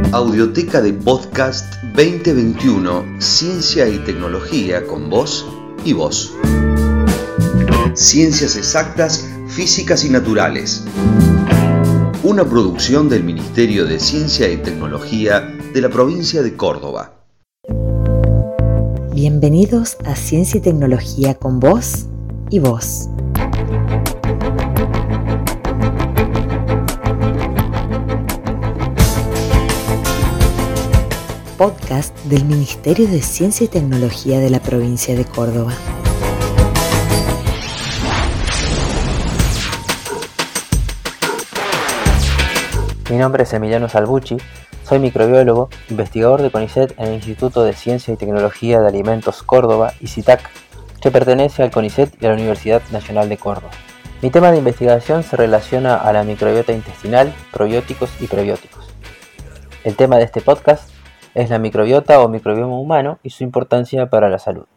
Audioteca de Podcast 2021, Ciencia y Tecnología con vos y vos. Ciencias exactas, físicas y naturales. Una producción del Ministerio de Ciencia y Tecnología de la provincia de Córdoba. Bienvenidos a Ciencia y Tecnología con vos y vos. Podcast del Ministerio de Ciencia y Tecnología de la provincia de Córdoba. Mi nombre es Emiliano Salvucci, soy microbiólogo, investigador de CONICET en el Instituto de Ciencia y Tecnología de Alimentos Córdoba, ICITAC, que pertenece al CONICET y a la Universidad Nacional de Córdoba. Mi tema de investigación se relaciona a la microbiota intestinal, probióticos y prebióticos. El tema de este podcast es la microbiota o microbioma humano y su importancia para la salud.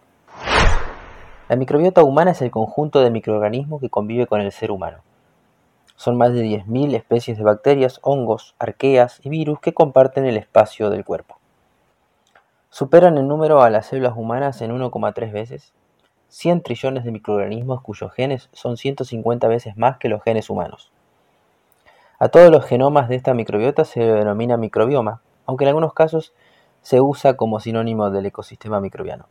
La microbiota humana es el conjunto de microorganismos que convive con el ser humano. Son más de 10.000 especies de bacterias, hongos, arqueas y virus que comparten el espacio del cuerpo. Superan en número a las células humanas en 1,3 veces, 100 trillones de microorganismos cuyos genes son 150 veces más que los genes humanos. A todos los genomas de esta microbiota se le denomina microbioma, aunque en algunos casos se usa como sinónimo del ecosistema microbiano.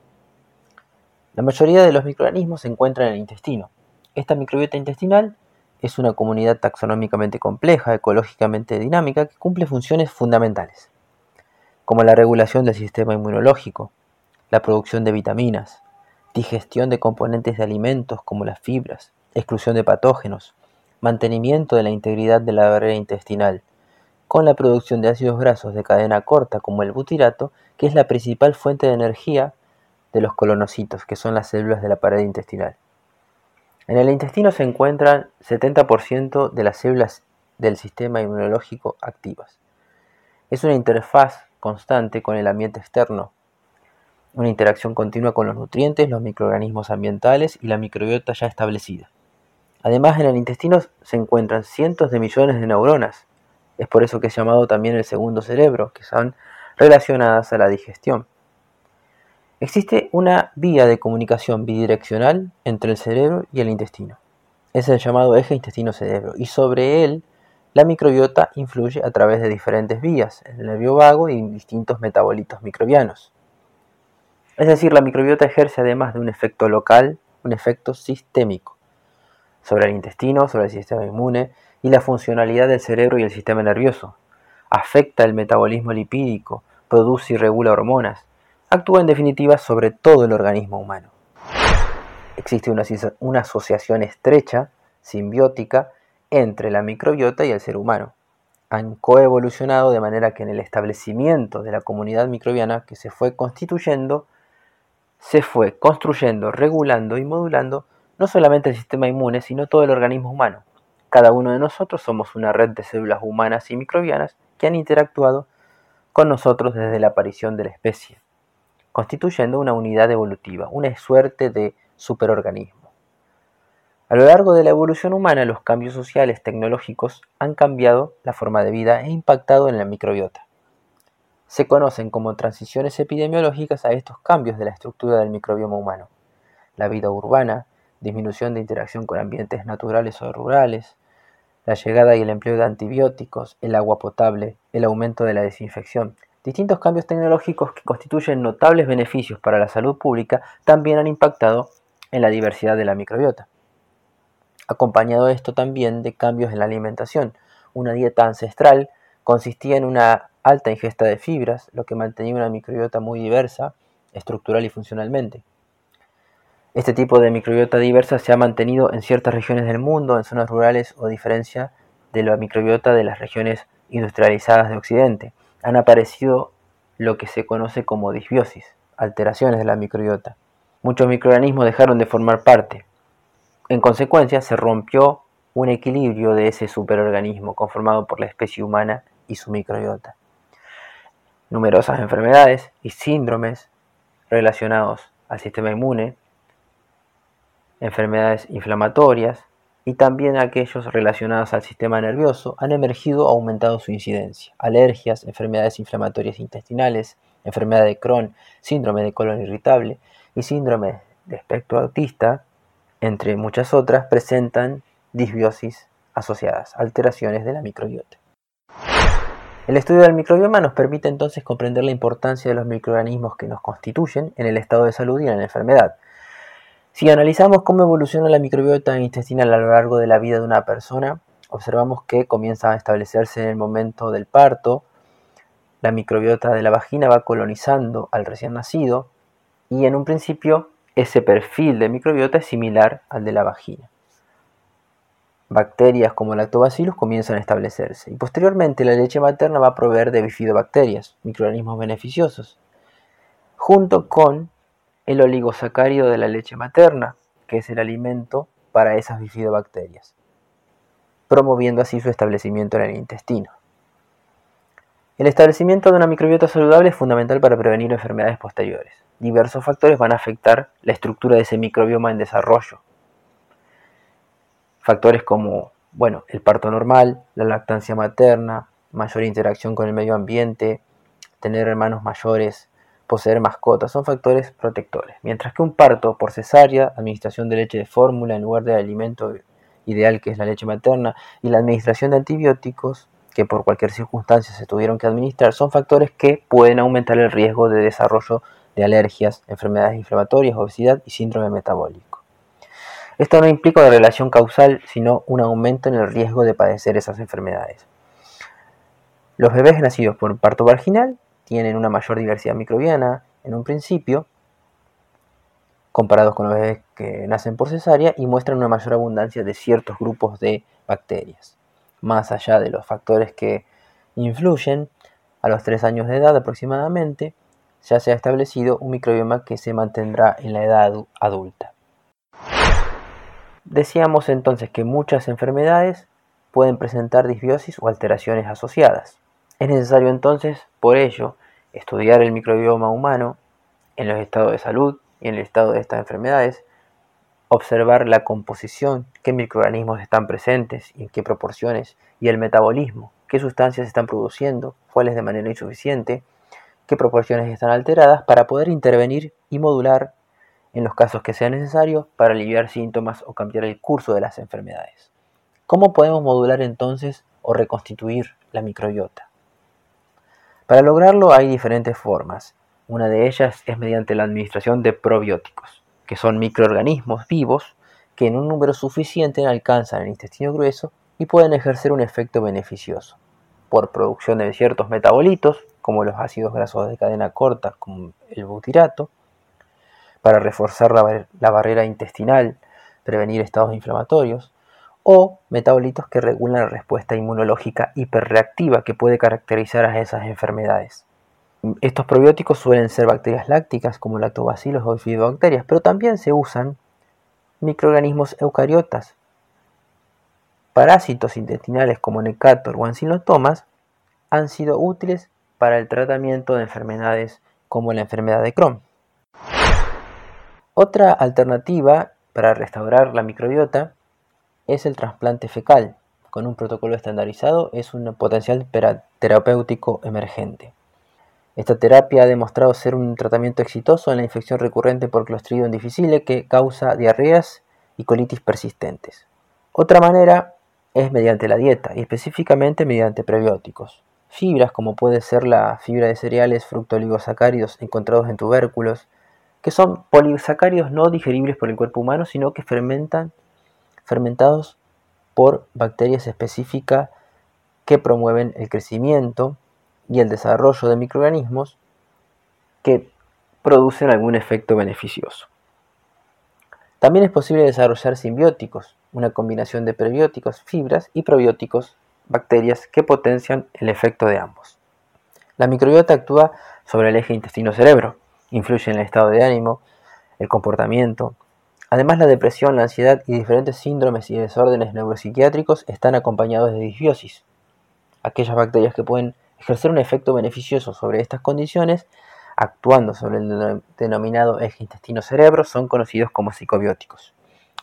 La mayoría de los microorganismos se encuentran en el intestino. Esta microbiota intestinal es una comunidad taxonómicamente compleja, ecológicamente dinámica, que cumple funciones fundamentales, como la regulación del sistema inmunológico, la producción de vitaminas, digestión de componentes de alimentos como las fibras, exclusión de patógenos, mantenimiento de la integridad de la barrera intestinal, con la producción de ácidos grasos de cadena corta como el butirato, que es la principal fuente de energía de los colonocitos, que son las células de la pared intestinal. En el intestino se encuentran 70% de las células del sistema inmunológico activas. Es una interfaz constante con el ambiente externo, una interacción continua con los nutrientes, los microorganismos ambientales y la microbiota ya establecida. Además, en el intestino se encuentran cientos de millones de neuronas. Es por eso que es llamado también el segundo cerebro, que son relacionadas a la digestión. Existe una vía de comunicación bidireccional entre el cerebro y el intestino. Es el llamado eje intestino-cerebro, y sobre él la microbiota influye a través de diferentes vías, el nervio vago y distintos metabolitos microbianos. Es decir, la microbiota ejerce además de un efecto local, un efecto sistémico sobre el intestino, sobre el sistema inmune y la funcionalidad del cerebro y el sistema nervioso. Afecta el metabolismo lipídico, produce y regula hormonas. Actúa en definitiva sobre todo el organismo humano. Existe una asociación estrecha, simbiótica, entre la microbiota y el ser humano. Han coevolucionado de manera que en el establecimiento de la comunidad microbiana que se fue constituyendo, se fue construyendo, regulando y modulando no solamente el sistema inmune, sino todo el organismo humano. Cada uno de nosotros somos una red de células humanas y microbianas que han interactuado con nosotros desde la aparición de la especie, constituyendo una unidad evolutiva, una suerte de superorganismo. A lo largo de la evolución humana, los cambios sociales tecnológicos han cambiado la forma de vida e impactado en la microbiota. Se conocen como transiciones epidemiológicas a estos cambios de la estructura del microbioma humano: la vida urbana, disminución de interacción con ambientes naturales o rurales, la llegada y el empleo de antibióticos, el agua potable, el aumento de la desinfección. Distintos cambios tecnológicos que constituyen notables beneficios para la salud pública también han impactado en la diversidad de la microbiota. Acompañado esto también de cambios en la alimentación. Una dieta ancestral consistía en una alta ingesta de fibras, lo que mantenía una microbiota muy diversa, estructural y funcionalmente. Este tipo de microbiota diversa se ha mantenido en ciertas regiones del mundo, en zonas rurales, o diferencia de la microbiota de las regiones industrializadas de Occidente. Han aparecido lo que se conoce como disbiosis, alteraciones de la microbiota. Muchos microorganismos dejaron de formar parte. En consecuencia, se rompió un equilibrio de ese superorganismo conformado por la especie humana y su microbiota. Numerosas enfermedades y síndromes relacionados al sistema inmune, enfermedades inflamatorias, y también aquellos relacionados al sistema nervioso han emergido o aumentado su incidencia. Alergias, enfermedades inflamatorias intestinales, enfermedad de Crohn, síndrome de colon irritable y síndrome de espectro autista, entre muchas otras, presentan disbiosis asociadas, alteraciones de la microbiota. El estudio del microbioma nos permite entonces comprender la importancia de los microorganismos que nos constituyen en el estado de salud y en la enfermedad. Si analizamos cómo evoluciona la microbiota intestinal a lo largo de la vida de una persona, observamos que comienza a establecerse en el momento del parto. La microbiota de la vagina va colonizando al recién nacido y en un principio ese perfil de microbiota es similar al de la vagina. Bacterias como Lactobacillus comienzan a establecerse y posteriormente la leche materna va a proveer de bifidobacterias, microorganismos beneficiosos, junto con el oligosacárido de la leche materna, que es el alimento para esas bifidobacterias, promoviendo así su establecimiento en el intestino. El establecimiento de una microbiota saludable es fundamental para prevenir enfermedades posteriores. Diversos factores van a afectar la estructura de ese microbioma en desarrollo. Factores como, el parto normal, la lactancia materna, mayor interacción con el medio ambiente, tener hermanos mayores, poseer mascotas, son factores protectores. Mientras que un parto por cesárea, administración de leche de fórmula en lugar del alimento ideal que es la leche materna, y la administración de antibióticos, que por cualquier circunstancia se tuvieron que administrar, son factores que pueden aumentar el riesgo de desarrollo de alergias, enfermedades inflamatorias, obesidad y síndrome metabólico. Esto no implica una relación causal, sino un aumento en el riesgo de padecer esas enfermedades. Los bebés nacidos por parto vaginal tienen una mayor diversidad microbiana en un principio, comparados con los bebés que nacen por cesárea, y muestran una mayor abundancia de ciertos grupos de bacterias. Más allá de los factores que influyen, a los 3 años de edad aproximadamente, ya se ha establecido un microbioma que se mantendrá en la edad adulta. Decíamos entonces que muchas enfermedades pueden presentar disbiosis o alteraciones asociadas. Es necesario entonces, por ello, estudiar el microbioma humano en los estados de salud y en el estado de estas enfermedades, observar la composición, qué microorganismos están presentes y en qué proporciones, y el metabolismo, qué sustancias están produciendo, cuáles de manera insuficiente, qué proporciones están alteradas, para poder intervenir y modular en los casos que sea necesario para aliviar síntomas o cambiar el curso de las enfermedades. ¿Cómo podemos modular entonces o reconstituir la microbiota? Para lograrlo hay diferentes formas. Una de ellas es mediante la administración de probióticos, que son microorganismos vivos que en un número suficiente alcanzan el intestino grueso y pueden ejercer un efecto beneficioso por producción de ciertos metabolitos, como los ácidos grasos de cadena corta, como el butirato, para reforzar la barrera intestinal, prevenir estados inflamatorios, o metabolitos que regulan la respuesta inmunológica hiperreactiva que puede caracterizar a esas enfermedades. Estos probióticos suelen ser bacterias lácticas como lactobacilos o bifidobacterias, pero también se usan microorganismos eucariotas. Parásitos intestinales como Necator o Ancylostomos han sido útiles para el tratamiento de enfermedades como la enfermedad de Crohn. Otra alternativa para restaurar la microbiota es el trasplante fecal. Con un protocolo estandarizado es un potencial terapéutico emergente. Esta terapia ha demostrado ser un tratamiento exitoso en la infección recurrente por Clostridium difficile que causa diarreas y colitis persistentes. Otra manera es mediante la dieta y específicamente mediante prebióticos. Fibras como puede ser la fibra de cereales fructooligosacáridos encontrados en tubérculos, que son polisacáridos no digeribles por el cuerpo humano, sino que fermentados por bacterias específicas que promueven el crecimiento y el desarrollo de microorganismos que producen algún efecto beneficioso. También es posible desarrollar simbióticos, una combinación de prebióticos, fibras y probióticos, bacterias que potencian el efecto de ambos. La microbiota actúa sobre el eje intestino-cerebro, influye en el estado de ánimo, el comportamiento. Además, la depresión, la ansiedad y diferentes síndromes y desórdenes neuropsiquiátricos están acompañados de disbiosis. Aquellas bacterias que pueden ejercer un efecto beneficioso sobre estas condiciones, actuando sobre el denominado eje intestino-cerebro, son conocidos como psicobióticos.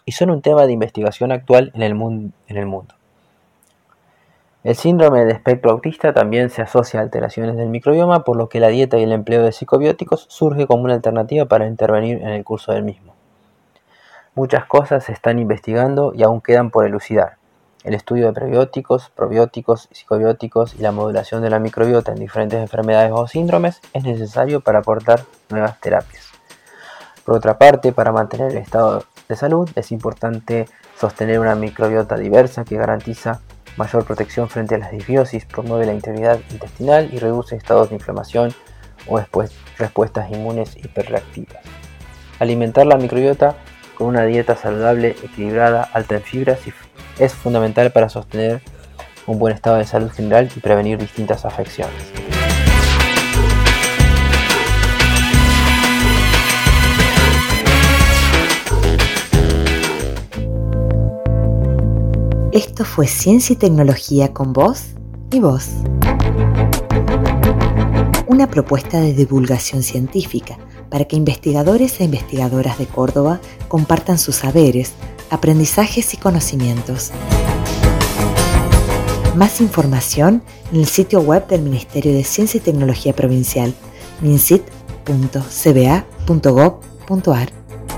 y son un tema de investigación actual en el mundo. El síndrome del espectro autista también se asocia a alteraciones del microbioma, por lo que la dieta y el empleo de psicobióticos surge como una alternativa para intervenir en el curso del mismo. Muchas cosas se están investigando y aún quedan por elucidar. El estudio de prebióticos, probióticos, psicobióticos y la modulación de la microbiota en diferentes enfermedades o síndromes es necesario para aportar nuevas terapias. Por otra parte, para mantener el estado de salud es importante sostener una microbiota diversa que garantiza mayor protección frente a las disbiosis, promueve la integridad intestinal y reduce estados de inflamación o respuestas inmunes hiperreactivas. Alimentar la microbiota con una dieta saludable, equilibrada, alta en fibras es fundamental para sostener un buen estado de salud general y prevenir distintas afecciones. Esto fue Ciencia y Tecnología con Voz y Voz. Una propuesta de divulgación científica para que investigadores e investigadoras de Córdoba compartan sus saberes, aprendizajes y conocimientos. Más información en el sitio web del Ministerio de Ciencia y Tecnología Provincial, mincit.cba.gov.ar.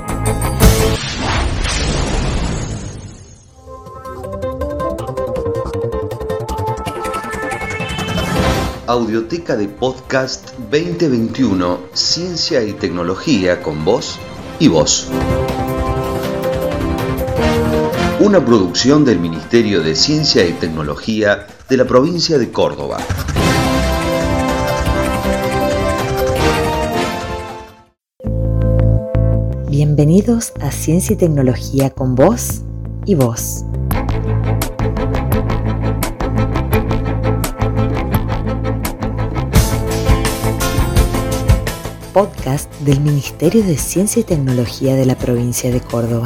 Audioteca de Podcast 2021, Ciencia y Tecnología con Voz y Voz. Una producción del Ministerio de Ciencia y Tecnología de la provincia de Córdoba. Bienvenidos a Ciencia y Tecnología con Voz y Voz. Podcast del Ministerio de Ciencia y Tecnología de la provincia de Córdoba.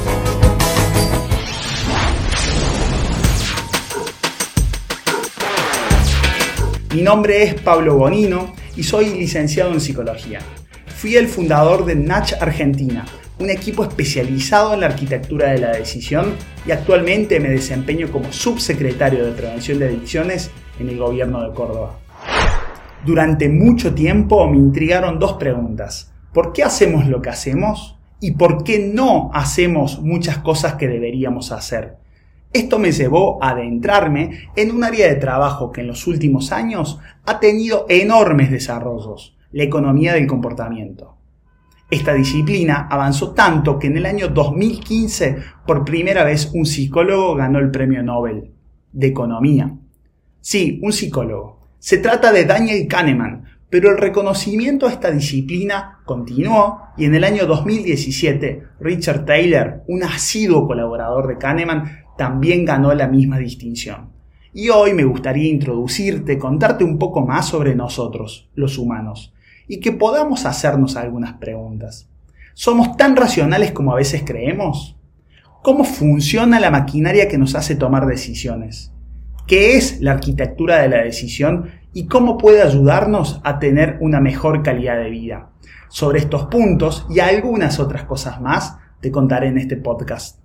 Mi nombre es Pablo Bonino y soy licenciado en Psicología. Fui el fundador de Natch Argentina, un equipo especializado en la arquitectura de la decisión, y actualmente me desempeño como subsecretario de Prevención de Adicciones en el gobierno de Córdoba. Durante mucho tiempo me intrigaron dos preguntas: ¿por qué hacemos lo que hacemos? ¿Y por qué no hacemos muchas cosas que deberíamos hacer? Esto me llevó a adentrarme en un área de trabajo que en los últimos años ha tenido enormes desarrollos: la economía del comportamiento. Esta disciplina avanzó tanto que en el año 2015 por primera vez un psicólogo ganó el Premio Nobel de Economía. Sí, un psicólogo. Se trata de Daniel Kahneman, pero el reconocimiento a esta disciplina continuó y en el año 2017 Richard Thaler, un asiduo colaborador de Kahneman, también ganó la misma distinción. Y hoy me gustaría introducirte, contarte un poco más sobre nosotros, los humanos, y que podamos hacernos algunas preguntas. ¿Somos tan racionales como a veces creemos? ¿Cómo funciona la maquinaria que nos hace tomar decisiones? ¿Qué es la arquitectura de la decisión y cómo puede ayudarnos a tener una mejor calidad de vida? Sobre estos puntos y algunas otras cosas más te contaré en este podcast.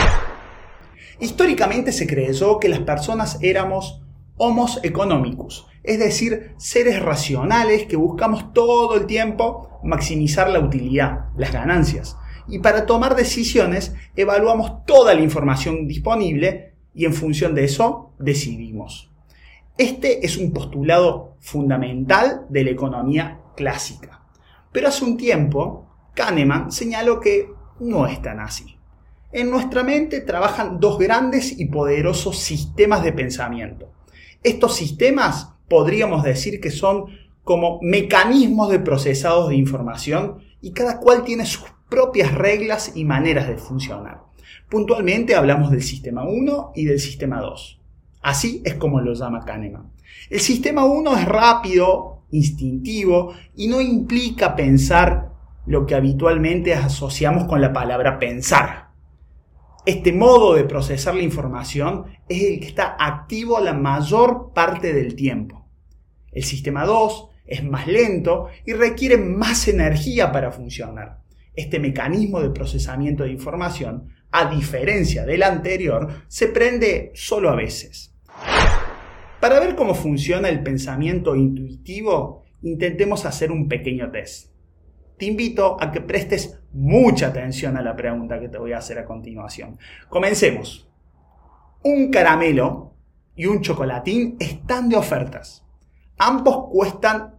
Históricamente se creyó que las personas éramos homos economicus, es decir, seres racionales que buscamos todo el tiempo maximizar la utilidad, las ganancias, y para tomar decisiones evaluamos toda la información disponible y en función de eso decidimos. Este es un postulado fundamental de la economía clásica. Pero hace un tiempo, Kahneman señaló que no es tan así. En nuestra mente trabajan dos grandes y poderosos sistemas de pensamiento. Estos sistemas podríamos decir que son como mecanismos de procesados de información y cada cual tiene sus propias reglas y maneras de funcionar. Puntualmente hablamos del sistema 1 y del sistema 2. Así es como lo llama Kahneman. El sistema 1 es rápido, instintivo y no implica pensar lo que habitualmente asociamos con la palabra pensar. Este modo de procesar la información es el que está activo la mayor parte del tiempo. El sistema 2 es más lento y requiere más energía para funcionar. Este mecanismo de procesamiento de información a diferencia del anterior, se prende solo a veces. Para ver cómo funciona el pensamiento intuitivo, intentemos hacer un pequeño test. Te invito a que prestes mucha atención a la pregunta que te voy a hacer a continuación. Comencemos. Un caramelo y un chocolatín están de ofertas. Ambos cuestan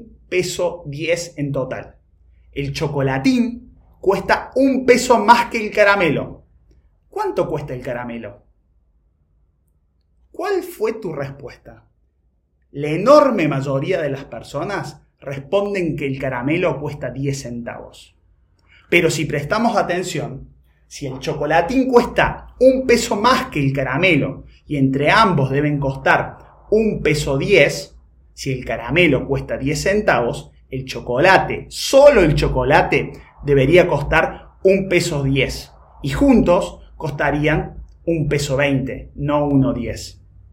$1.10 en total. El chocolatín cuesta $1 más que el caramelo. ¿Cuánto cuesta el caramelo? ¿Cuál fue tu respuesta? La enorme mayoría de las personas responden que el caramelo cuesta 10 centavos. Pero si prestamos atención, si el chocolatín cuesta $1 más que el caramelo y entre ambos deben costar $1.10, si el caramelo cuesta 10 centavos, el chocolate, solo el chocolate, debería costar $1.10 y juntos costarían $1.20, no $1.10.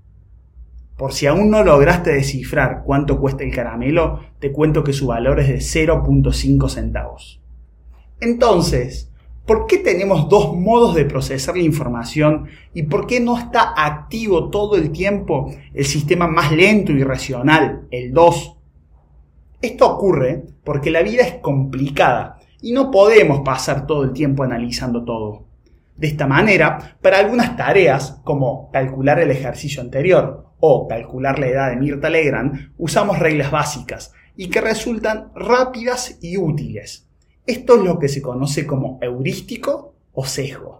Por si aún no lograste descifrar cuánto cuesta el caramelo, te cuento que su valor es de 0.5 centavos. Entonces, ¿por qué tenemos dos modos de procesar la información y por qué no está activo todo el tiempo el sistema más lento y racional, el 2? Esto ocurre porque la vida es complicada y no podemos pasar todo el tiempo analizando todo. De esta manera, para algunas tareas, como calcular el ejercicio anterior o calcular la edad de Mirta Legrand, usamos reglas básicas y que resultan rápidas y útiles. Esto es lo que se conoce como heurístico o sesgo.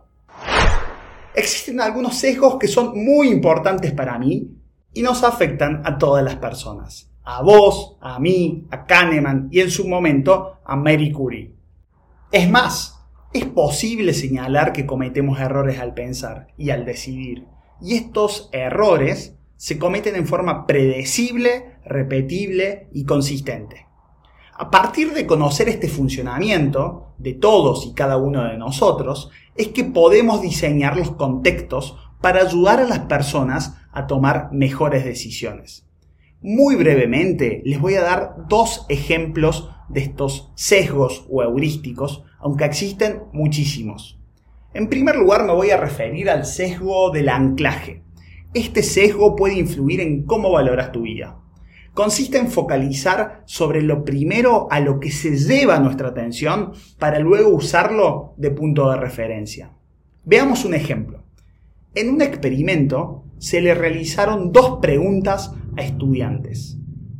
Existen algunos sesgos que son muy importantes para mí y nos afectan a todas las personas. A vos, a mí, a Kahneman y en su momento a Marie Curie. Es más, es posible señalar que cometemos errores al pensar y al decidir. Y estos errores se cometen en forma predecible, repetible y consistente. A partir de conocer este funcionamiento de todos y cada uno de nosotros, es que podemos diseñar los contextos para ayudar a las personas a tomar mejores decisiones. Muy brevemente les voy a dar dos ejemplos de estos sesgos o heurísticos, aunque existen muchísimos. En primer lugar me voy a referir al sesgo del anclaje. Este sesgo puede influir en cómo valoras tu vida. Consiste en focalizar sobre lo primero a lo que se lleva nuestra atención para luego usarlo de punto de referencia. Veamos un ejemplo. En un experimento se le realizaron dos preguntas a estudiantes.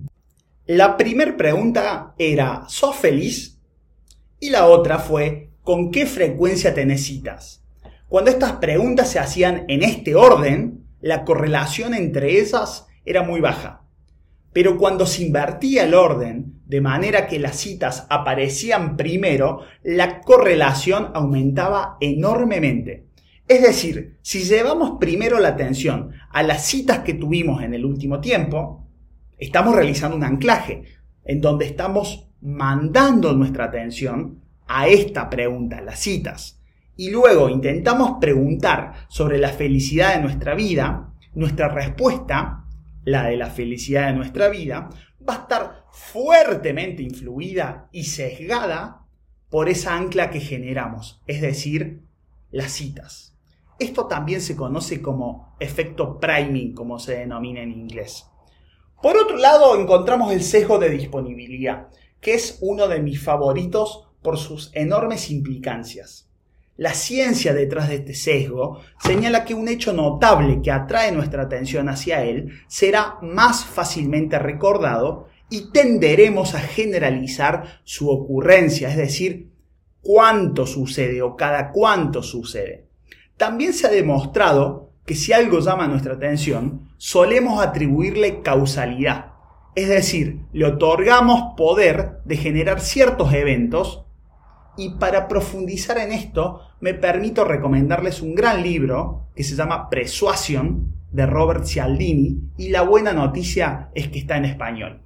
La primera pregunta era ¿sos feliz? Y la otra fue ¿con qué frecuencia tenés citas? Cuando estas preguntas se hacían en este orden, la correlación entre ellas era muy baja. Pero cuando se invertía el orden, de manera que las citas aparecían primero, la correlación aumentaba enormemente. Es decir, si llevamos primero la atención a las citas que tuvimos en el último tiempo, estamos realizando un anclaje, en donde estamos mandando nuestra atención a esta pregunta, las citas. Y luego intentamos preguntar sobre la felicidad de nuestra vida, nuestra respuesta, la de la felicidad de nuestra vida, va a estar fuertemente influida y sesgada por esa ancla que generamos, es decir, las citas. Esto también se conoce como efecto priming, como se denomina en inglés. Por otro lado, encontramos el sesgo de disponibilidad, que es uno de mis favoritos por sus enormes implicancias. La ciencia detrás de este sesgo señala que un hecho notable que atrae nuestra atención hacia él será más fácilmente recordado y tenderemos a generalizar su ocurrencia, es decir, cuánto sucede o cada cuánto sucede. También se ha demostrado que si algo llama nuestra atención, solemos atribuirle causalidad, es decir, le otorgamos poder de generar ciertos eventos. Y para profundizar en esto, me permito recomendarles un gran libro que se llama Persuasion, de Robert Cialdini, y la buena noticia es que está en español.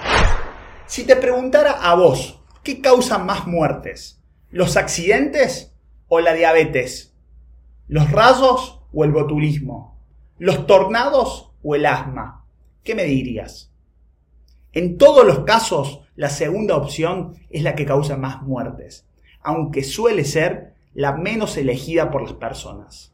Si te preguntara a vos, ¿qué causa más muertes? ¿Los accidentes o la diabetes? ¿Los rayos o el botulismo? ¿Los tornados o el asma? ¿Qué me dirías? En todos los casos, la segunda opción es la que causa más muertes, aunque suele ser la menos elegida por las personas.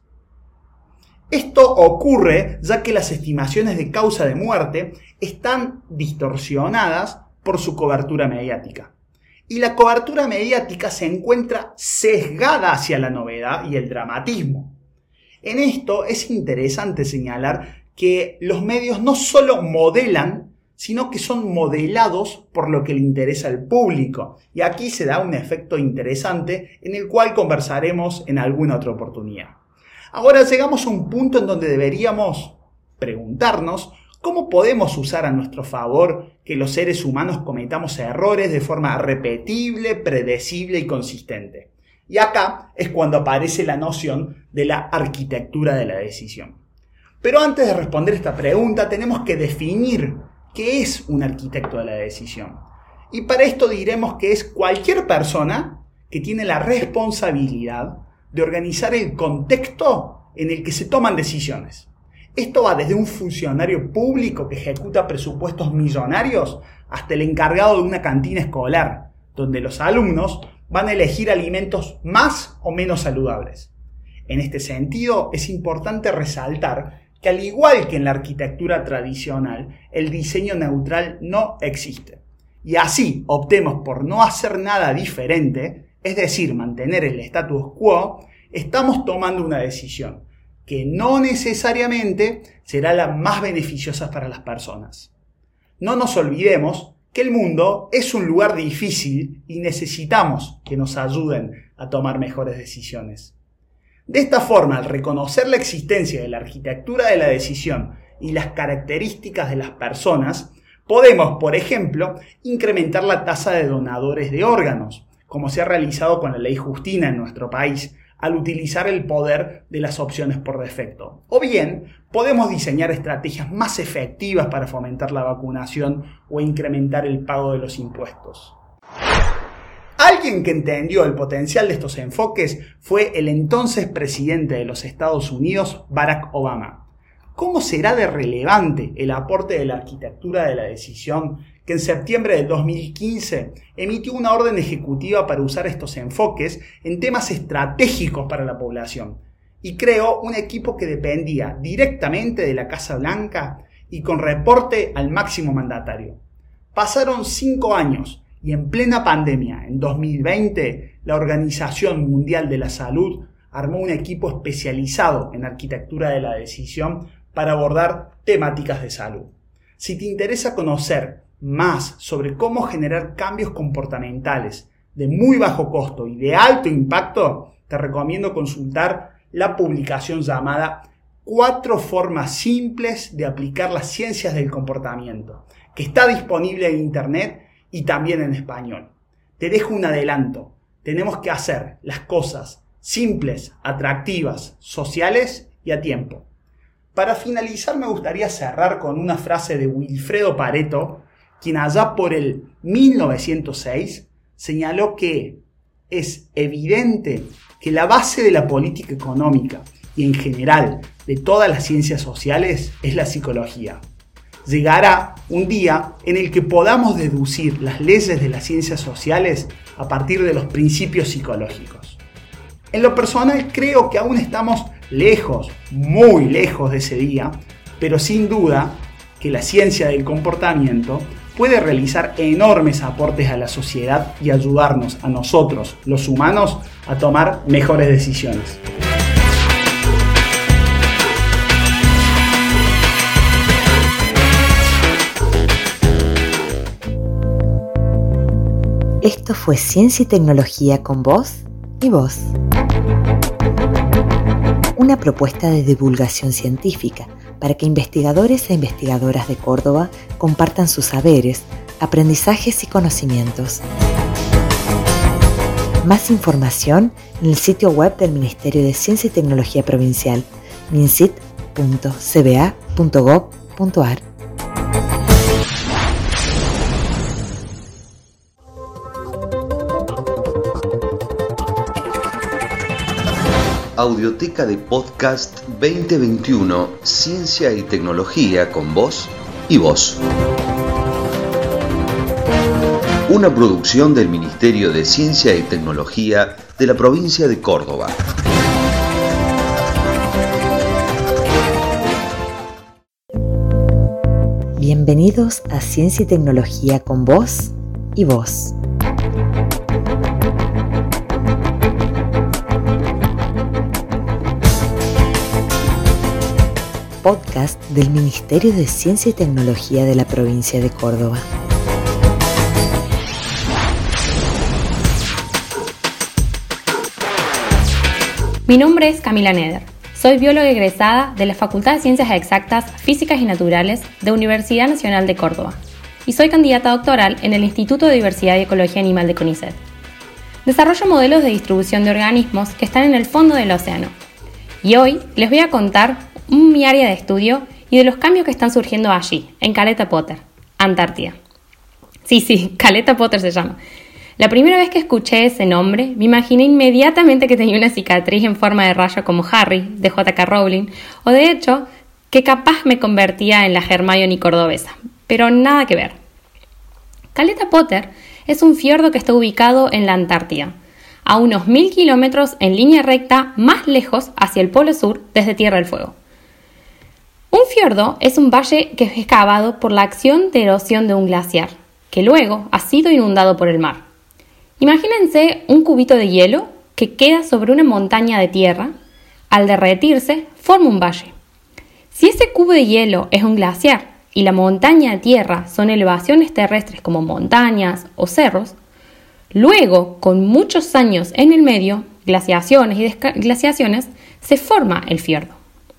Esto ocurre ya que las estimaciones de causa de muerte están distorsionadas por su cobertura mediática. Y la cobertura mediática se encuentra sesgada hacia la novedad y el dramatismo. En esto es interesante señalar que los medios no solo modelan, sino que son modelados por lo que le interesa al público. Y aquí se da un efecto interesante en el cual conversaremos en alguna otra oportunidad. Ahora llegamos a un punto en donde deberíamos preguntarnos cómo podemos usar a nuestro favor que los seres humanos cometamos errores de forma repetible, predecible y consistente. Y acá es cuando aparece la noción de la arquitectura de la decisión. Pero antes de responder esta pregunta tenemos que definir qué es un arquitecto de la decisión. Y para esto diremos que es cualquier persona que tiene la responsabilidad de organizar el contexto en el que se toman decisiones. Esto va desde un funcionario público que ejecuta presupuestos millonarios hasta el encargado de una cantina escolar, donde los alumnos van a elegir alimentos más o menos saludables. En este sentido, es importante resaltar que al igual que en la arquitectura tradicional, el diseño neutral no existe. Y así optemos por no hacer nada diferente, es decir, mantener el status quo, estamos tomando una decisión que no necesariamente será la más beneficiosa para las personas. No nos olvidemos que el mundo es un lugar difícil y necesitamos que nos ayuden a tomar mejores decisiones. De esta forma, al reconocer la existencia de la arquitectura de la decisión y las características de las personas, podemos, por ejemplo, incrementar la tasa de donadores de órganos, como se ha realizado con la Ley Justina en nuestro país, al utilizar el poder de las opciones por defecto. O bien, podemos diseñar estrategias más efectivas para fomentar la vacunación o incrementar el pago de los impuestos. Alguien que entendió el potencial de estos enfoques fue el entonces presidente de los Estados Unidos, Barack Obama. ¿Cómo será de relevante el aporte de la arquitectura de la decisión que en septiembre del 2015 emitió una orden ejecutiva para usar estos enfoques en temas estratégicos para la población y creó un equipo que dependía directamente de la Casa Blanca y con reporte al máximo mandatario? Pasaron 5 años y en plena pandemia, en 2020, la Organización Mundial de la Salud armó un equipo especializado en arquitectura de la decisión para abordar temáticas de salud. Si te interesa conocer más sobre cómo generar cambios comportamentales de muy bajo costo y de alto impacto, te recomiendo consultar la publicación llamada 4 formas simples de aplicar las ciencias del comportamiento, que está disponible en internet y también en español. Te dejo un adelanto. Tenemos que hacer las cosas simples, atractivas, sociales y a tiempo. Para finalizar, me gustaría cerrar con una frase de Wilfredo Pareto, quien allá por el 1906 señaló que es evidente que la base de la política económica y en general de todas las ciencias sociales es la psicología. Llegará un día en el que podamos deducir las leyes de las ciencias sociales a partir de los principios psicológicos. En lo personal creo que aún estamos lejos, muy lejos de ese día, pero sin duda que la ciencia del comportamiento puede realizar enormes aportes a la sociedad y ayudarnos a nosotros, los humanos, a tomar mejores decisiones. Esto fue Ciencia y Tecnología con Voz y Voz. Una propuesta de divulgación científica para que investigadores e investigadoras de Córdoba compartan sus saberes, aprendizajes y conocimientos. Más información en el sitio web del Ministerio de Ciencia y Tecnología Provincial, mincit.cba.gov.ar. Audioteca de Podcast 2021, Ciencia y Tecnología con Voz y Voz. Una producción del Ministerio de Ciencia y Tecnología de la provincia de Córdoba. Bienvenidos a Ciencia y Tecnología con vos y vos. Podcast del Ministerio de Ciencia y Tecnología de la provincia de Córdoba. Mi nombre es Camila Neder. Soy bióloga egresada de la Facultad de Ciencias Exactas, Físicas y Naturales de Universidad Nacional de Córdoba y soy candidata doctoral en el Instituto de Diversidad y Ecología Animal de CONICET. Desarrollo modelos de distribución de organismos que están en el fondo del océano y hoy les voy a contar mi área de estudio y de los cambios que están surgiendo allí, en Caleta Potter, Antártida. Sí, Caleta Potter se llama. La primera vez que escuché ese nombre, me imaginé inmediatamente que tenía una cicatriz en forma de rayo como Harry, de J.K. Rowling, o de hecho, que capaz me convertía en la Hermione cordobesa, pero nada que ver. Caleta Potter es un fiordo que está ubicado en la Antártida, a unos 1000 kilómetros en línea recta más lejos hacia el Polo Sur desde Tierra del Fuego. Un fiordo es un valle que es excavado por la acción de erosión de un glaciar, que luego ha sido inundado por el mar. Imagínense un cubito de hielo que queda sobre una montaña de tierra. Al derretirse, forma un valle. Si ese cubo de hielo es un glaciar y la montaña de tierra son elevaciones terrestres como montañas o cerros, luego, con muchos años en el medio, glaciaciones y desglaciaciones, se forma el fiordo.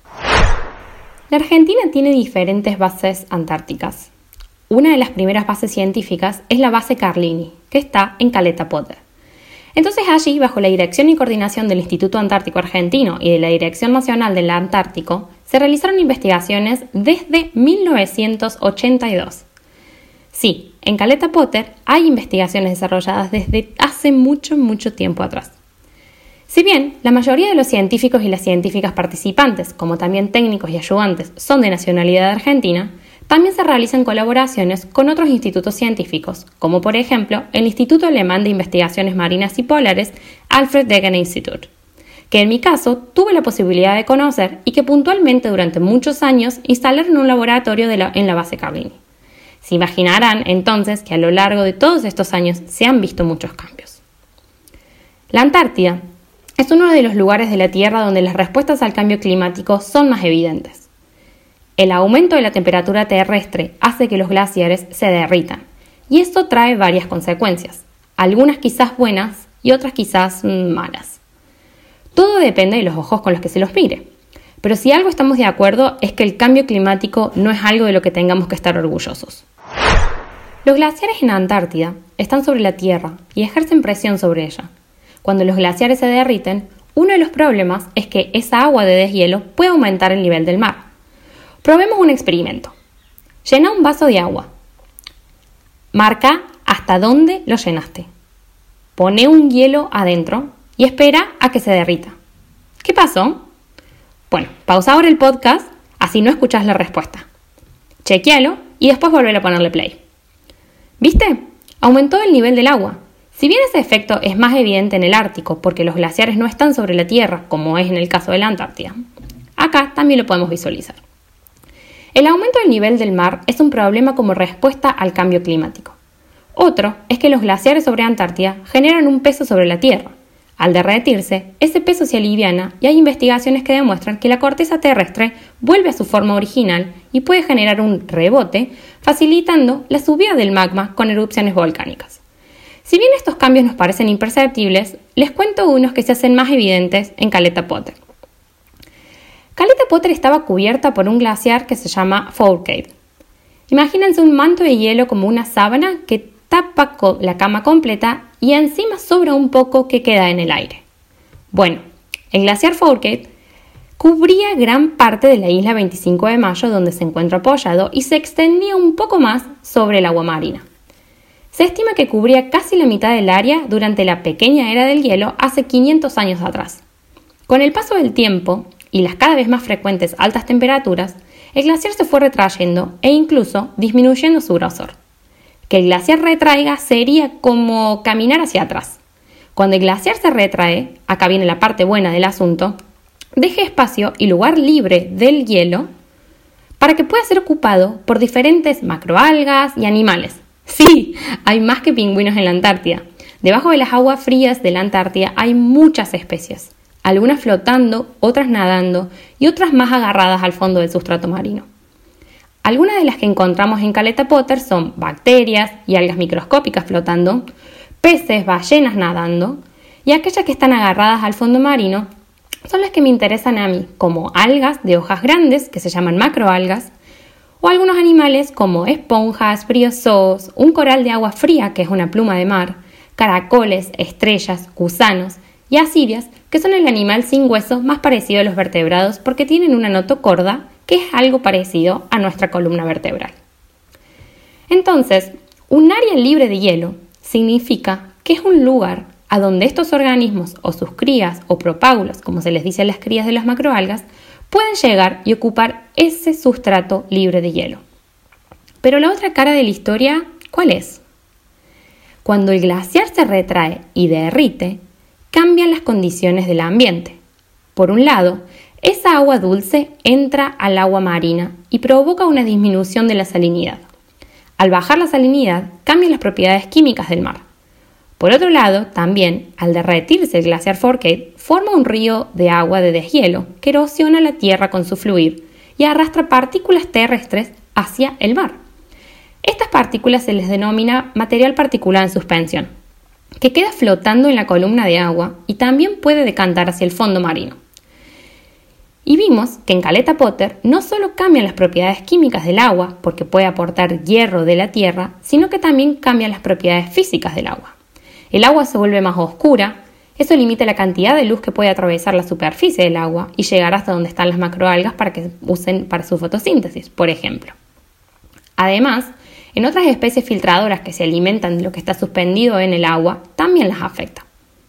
La Argentina tiene diferentes bases antárticas. Una de las primeras bases científicas es la base Carlini, que está en Caleta Potter. Entonces allí, bajo la dirección y coordinación del Instituto Antártico Argentino y de la Dirección Nacional del Antártico, se realizaron investigaciones desde 1982. Sí, en Caleta Potter hay investigaciones desarrolladas desde hace mucho tiempo atrás. Si bien la mayoría de los científicos y las científicas participantes, como también técnicos y ayudantes, son de nacionalidad argentina, también se realizan colaboraciones con otros institutos científicos, como por ejemplo el Instituto Alemán de Investigaciones Marinas y Polares, Alfred Wegener Institute, que en mi caso tuve la posibilidad de conocer y que puntualmente durante muchos años instalaron un laboratorio en la base Carlini. Se imaginarán entonces que a lo largo de todos estos años se han visto muchos cambios. La Antártida es uno de los lugares de la Tierra donde las respuestas al cambio climático son más evidentes. El aumento de la temperatura terrestre hace que los glaciares se derritan, y esto trae varias consecuencias, algunas quizás buenas y otras quizás malas. Todo depende de los ojos con los que se los mire, pero si algo estamos de acuerdo es que el cambio climático no es algo de lo que tengamos que estar orgullosos. Los glaciares en Antártida están sobre la Tierra y ejercen presión sobre ella. Cuando los glaciares se derriten, uno de los problemas es que esa agua de deshielo puede aumentar el nivel del mar. Probemos un experimento. Llena un vaso de agua. Marca hasta dónde lo llenaste. Pone un hielo adentro y espera a que se derrita. ¿Qué pasó? Bueno, pausa ahora el podcast, así no escuchas la respuesta. Chequéalo y después volver a ponerle play. ¿Viste? Aumentó el nivel del agua. Si bien ese efecto es más evidente en el Ártico porque los glaciares no están sobre la Tierra, como es en el caso de la Antártida, acá también lo podemos visualizar. El aumento del nivel del mar es un problema como respuesta al cambio climático. Otro es que los glaciares sobre Antártida generan un peso sobre la Tierra. Al derretirse, ese peso se aliviana y hay investigaciones que demuestran que la corteza terrestre vuelve a su forma original y puede generar un rebote, facilitando la subida del magma con erupciones volcánicas. Si bien estos cambios nos parecen imperceptibles, les cuento unos que se hacen más evidentes en Caleta Potter. Caleta Potter estaba cubierta por un glaciar que se llama Fourcade. Imagínense un manto de hielo como una sábana que tapa la cama completa y encima sobra un poco que queda en el aire. Bueno, el glaciar Fourcade cubría gran parte de la isla 25 de Mayo donde se encuentra apoyado y se extendía un poco más sobre el agua marina. Se estima que cubría casi la mitad del área durante la pequeña era del hielo hace 500 años atrás. Con el paso del tiempo y las cada vez más frecuentes altas temperaturas, el glaciar se fue retrayendo e incluso disminuyendo su grosor. Que el glaciar retraiga sería como caminar hacia atrás. Cuando el glaciar se retrae, acá viene la parte buena del asunto, deja espacio y lugar libre del hielo para que pueda ser ocupado por diferentes macroalgas y animales. Sí, hay más que pingüinos en la Antártida. Debajo de las aguas frías de la Antártida hay muchas especies, algunas flotando, otras nadando y otras más agarradas al fondo del sustrato marino. Algunas de las que encontramos en Caleta Potter son bacterias y algas microscópicas flotando, peces, ballenas nadando, y aquellas que están agarradas al fondo marino son las que me interesan a mí, como algas de hojas grandes, que se llaman macroalgas, o algunos animales como esponjas, briozoos, un coral de agua fría, que es una pluma de mar, caracoles, estrellas, gusanos y ascidias, que son el animal sin hueso más parecido a los vertebrados porque tienen una notocorda, que es algo parecido a nuestra columna vertebral. Entonces, un área libre de hielo significa que es un lugar a donde estos organismos o sus crías o propágulos, como se les dice a las crías de las macroalgas, pueden llegar y ocupar ese sustrato libre de hielo. Pero la otra cara de la historia, ¿cuál es? Cuando el glaciar se retrae y derrite, cambian las condiciones del ambiente. Por un lado, esa agua dulce entra al agua marina y provoca una disminución de la salinidad. Al bajar la salinidad, cambian las propiedades químicas del mar. Por otro lado, también, al derretirse el glaciar Fourcade, forma un río de agua de deshielo que erosiona la tierra con su fluir y arrastra partículas terrestres hacia el mar. Estas partículas se les denomina material particulado en suspensión, que queda flotando en la columna de agua y también puede decantar hacia el fondo marino. Y vimos que en Caleta Potter no solo cambian las propiedades químicas del agua, porque puede aportar hierro de la tierra, sino que también cambian las propiedades físicas del agua. El agua se vuelve más oscura, eso limita la cantidad de luz que puede atravesar la superficie del agua y llegar hasta donde están las macroalgas para que usen para su fotosíntesis, por ejemplo. Además, en otras especies filtradoras que se alimentan de lo que está suspendido en el agua, también las afecta.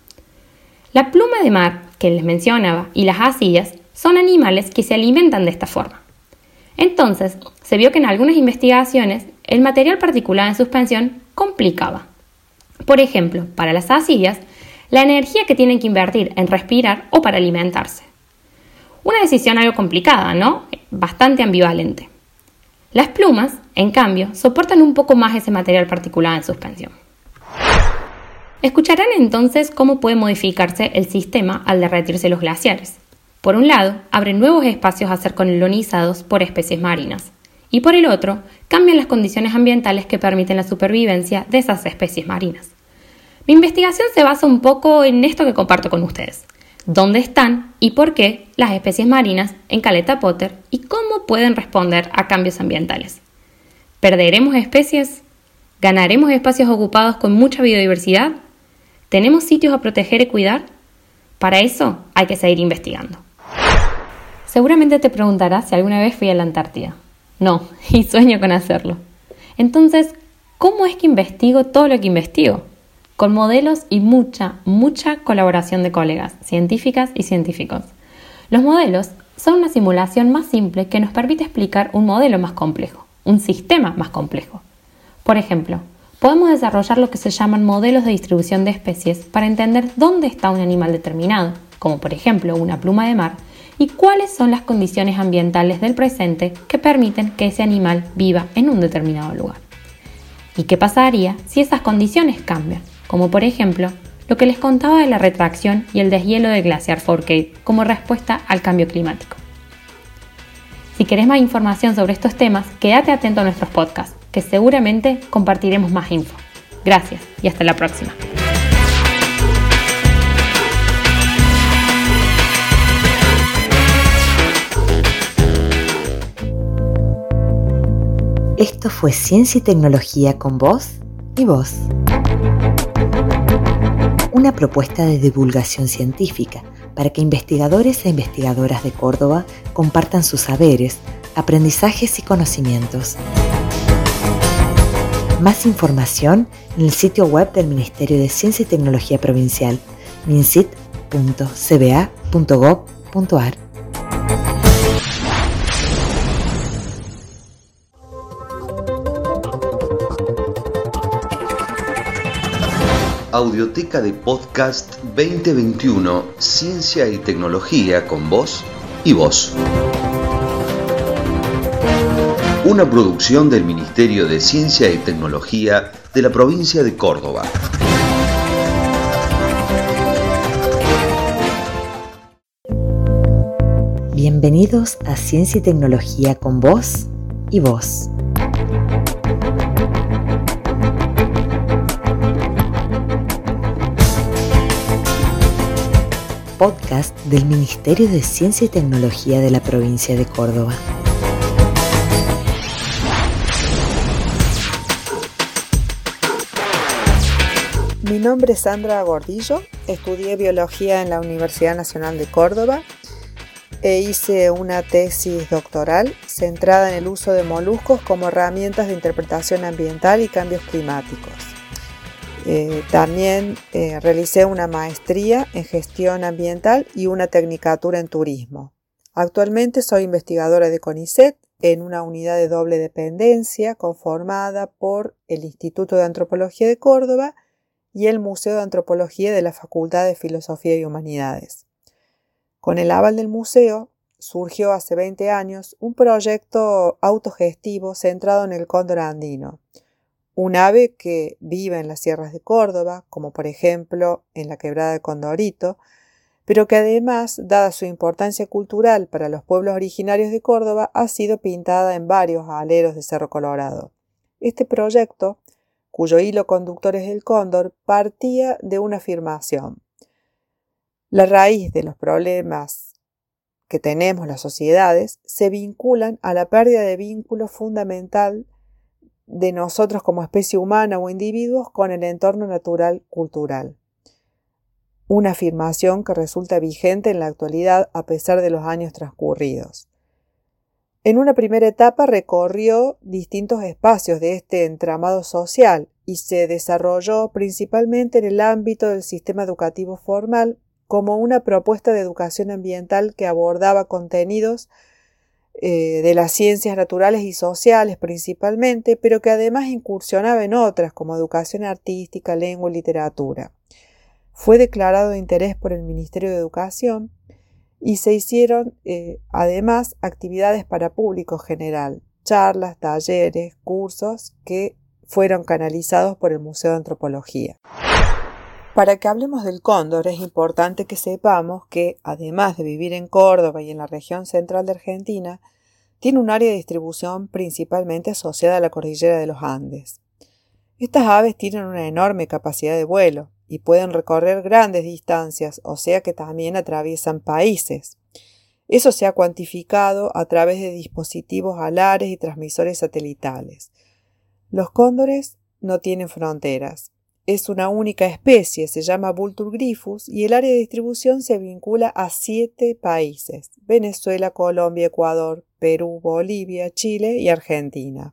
La pluma de mar, que les mencionaba, y las ascidias son animales que se alimentan de esta forma. Entonces, se vio que en algunas investigaciones el material particulado en suspensión complicaba. Por ejemplo, para las ascidias, la energía que tienen que invertir en respirar o para alimentarse. Una decisión algo complicada, ¿no? Bastante ambivalente. Las plumas, en cambio, soportan un poco más ese material particulado en suspensión. Escucharán entonces cómo puede modificarse el sistema al derretirse los glaciares. Por un lado, abren nuevos espacios a ser colonizados por especies marinas, y por el otro, cambian las condiciones ambientales que permiten la supervivencia de esas especies marinas. Mi investigación se basa un poco en esto que comparto con ustedes. ¿Dónde están y por qué las especies marinas en Caleta Potter y cómo pueden responder a cambios ambientales? ¿Perderemos especies? ¿Ganaremos espacios ocupados con mucha biodiversidad? ¿Tenemos sitios a proteger y cuidar? Para eso hay que seguir investigando. Seguramente te preguntarás si alguna vez fui a la Antártida. No, y sueño con hacerlo. Entonces, ¿cómo es que investigo todo lo que investigo? Con modelos y mucha colaboración de colegas, científicas y científicos. Los modelos son una simulación más simple que nos permite explicar un modelo más complejo, un sistema más complejo. Por ejemplo, podemos desarrollar lo que se llaman modelos de distribución de especies para entender dónde está un animal determinado, como por ejemplo una pluma de mar, y cuáles son las condiciones ambientales del presente que permiten que ese animal viva en un determinado lugar. ¿Y qué pasaría si esas condiciones cambian? Como por ejemplo, lo que les contaba de la retracción y el deshielo del glaciar Fourcade como respuesta al cambio climático. Si querés más información sobre estos temas, quédate atento a nuestros podcasts, que seguramente compartiremos más info. Gracias y hasta la próxima. Esto fue Ciencia y Tecnología con Voz y Voz. Una propuesta de divulgación científica para que investigadores e investigadoras de Córdoba compartan sus saberes, aprendizajes y conocimientos. Más información en el sitio web del Ministerio de Ciencia y Tecnología Provincial, mincit.cba.gov.ar. Audioteca de Podcast 2021, Ciencia y Tecnología con vos y vos. Una producción del Ministerio de Ciencia y Tecnología de la provincia de Córdoba. Bienvenidos a Ciencia y Tecnología con vos y vos. Podcast del Ministerio de Ciencia y Tecnología de la provincia de Córdoba. Mi nombre es Sandra Gordillo, estudié biología en la Universidad Nacional de Córdoba e hice una tesis doctoral centrada en el uso de moluscos como herramientas de interpretación ambiental y cambios climáticos. También realicé una maestría en gestión ambiental y una tecnicatura en turismo. Actualmente soy investigadora de CONICET en una unidad de doble dependencia conformada por el Instituto de Antropología de Córdoba y el Museo de Antropología de la Facultad de Filosofía y Humanidades. Con el aval del museo surgió hace 20 años un proyecto autogestivo centrado en el cóndor andino, un ave que vive en las sierras de Córdoba, como por ejemplo en la Quebrada de Condorito, pero que además, dada su importancia cultural para los pueblos originarios de Córdoba, ha sido pintada en varios aleros de Cerro Colorado. Este proyecto, cuyo hilo conductor es el cóndor, partía de una afirmación. La raíz de los problemas que tenemos las sociedades se vinculan a la pérdida de vínculo fundamental de nosotros como especie humana o individuos con el entorno natural cultural. Una afirmación que resulta vigente en la actualidad a pesar de los años transcurridos. En una primera etapa recorrió distintos espacios de este entramado social y se desarrolló principalmente en el ámbito del sistema educativo formal como una propuesta de educación ambiental que abordaba contenidos de las ciencias naturales y sociales principalmente, pero que además incursionaba en otras como educación artística, lengua y literatura. Fue declarado de interés por el Ministerio de Educación y se hicieron además actividades para público general, charlas, talleres, cursos que fueron canalizados por el Museo de Antropología. Para que hablemos del cóndor es importante que sepamos que, además de vivir en Córdoba y en la región central de Argentina, tiene un área de distribución principalmente asociada a la cordillera de los Andes. Estas aves tienen una enorme capacidad de vuelo y pueden recorrer grandes distancias, o sea que también atraviesan países. Eso se ha cuantificado a través de dispositivos alares y transmisores satelitales. Los cóndores no tienen fronteras. Es una única especie, se llama Vultur gryphus y el área de distribución se vincula a 7 países: Venezuela, Colombia, Ecuador, Perú, Bolivia, Chile y Argentina.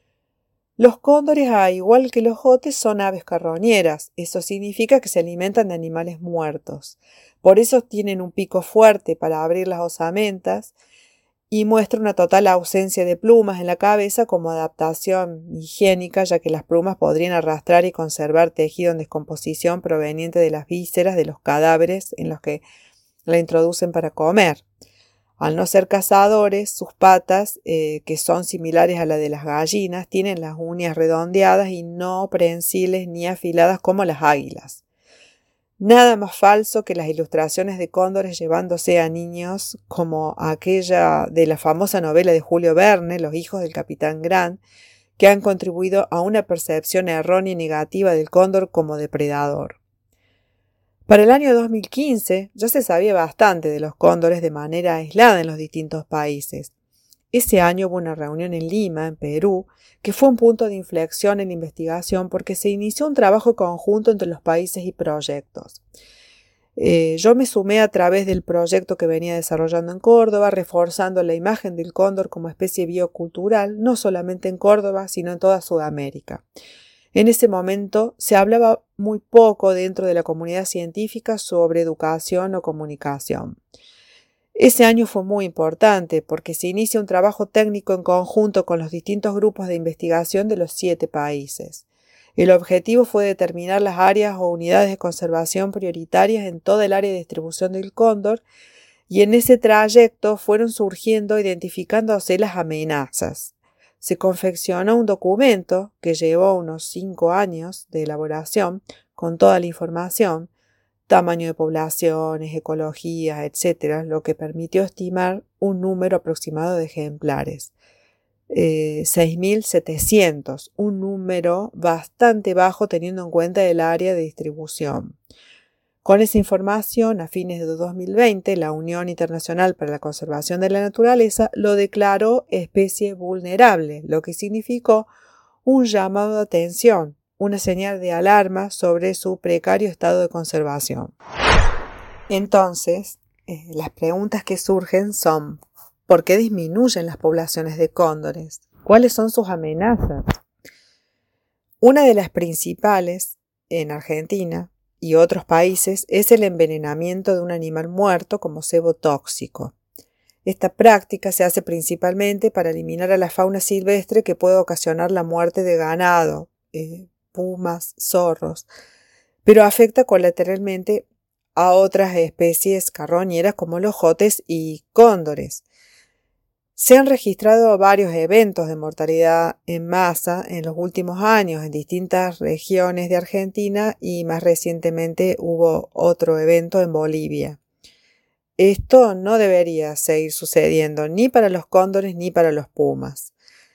Los cóndores, al igual que los jotes, son aves carroñeras. Eso significa que se alimentan de animales muertos. Por eso tienen un pico fuerte para abrir las osamentas y muestra una total ausencia de plumas en la cabeza como adaptación higiénica, ya que las plumas podrían arrastrar y conservar tejido en descomposición proveniente de las vísceras de los cadáveres en los que la introducen para comer. Al no ser cazadores, sus patas, que son similares a las de las gallinas, tienen las uñas redondeadas y no prensiles ni afiladas como las águilas. Nada más falso que las ilustraciones de cóndores llevándose a niños, como aquella de la famosa novela de Julio Verne, Los hijos del capitán Grant, que han contribuido a una percepción errónea y negativa del cóndor como depredador. Para el año 2015 ya se sabía bastante de los cóndores de manera aislada en los distintos países. Ese año hubo una reunión en Lima, en Perú, que fue un punto de inflexión en la investigación porque se inició un trabajo conjunto entre los países y proyectos. Yo me sumé a través del proyecto que venía desarrollando en Córdoba, reforzando la imagen del cóndor como especie biocultural, no solamente en Córdoba, sino en toda Sudamérica. En ese momento se hablaba muy poco dentro de la comunidad científica sobre educación o comunicación. Ese año fue muy importante porque se inicia un trabajo técnico en conjunto con los distintos grupos de investigación de los 7 países. El objetivo fue determinar las áreas o unidades de conservación prioritarias en toda el área de distribución del cóndor, y en ese trayecto fueron surgiendo, identificándose las amenazas. Se confeccionó un documento que llevó unos 5 años de elaboración con toda la información, tamaño de poblaciones, ecologías, etc., lo que permitió estimar un número aproximado de ejemplares. 6.700, un número bastante bajo teniendo en cuenta el área de distribución. Con esa información, a fines de 2020, la Unión Internacional para la Conservación de la Naturaleza lo declaró especie vulnerable, lo que significó un llamado de atención, una señal de alarma sobre su precario estado de conservación. Entonces, las preguntas que surgen son: ¿por qué disminuyen las poblaciones de cóndores? ¿Cuáles son sus amenazas? Una de las principales en Argentina y otros países es el envenenamiento de un animal muerto como cebo tóxico. Esta práctica se hace principalmente para eliminar a la fauna silvestre que puede ocasionar la muerte de ganado, pumas, zorros, pero afecta colateralmente a otras especies carroñeras como los jotes y cóndores. Se han registrado varios eventos de mortalidad en masa en los últimos años en distintas regiones de Argentina y más recientemente hubo otro evento en Bolivia. Esto no debería seguir sucediendo ni para los cóndores ni para los pumas.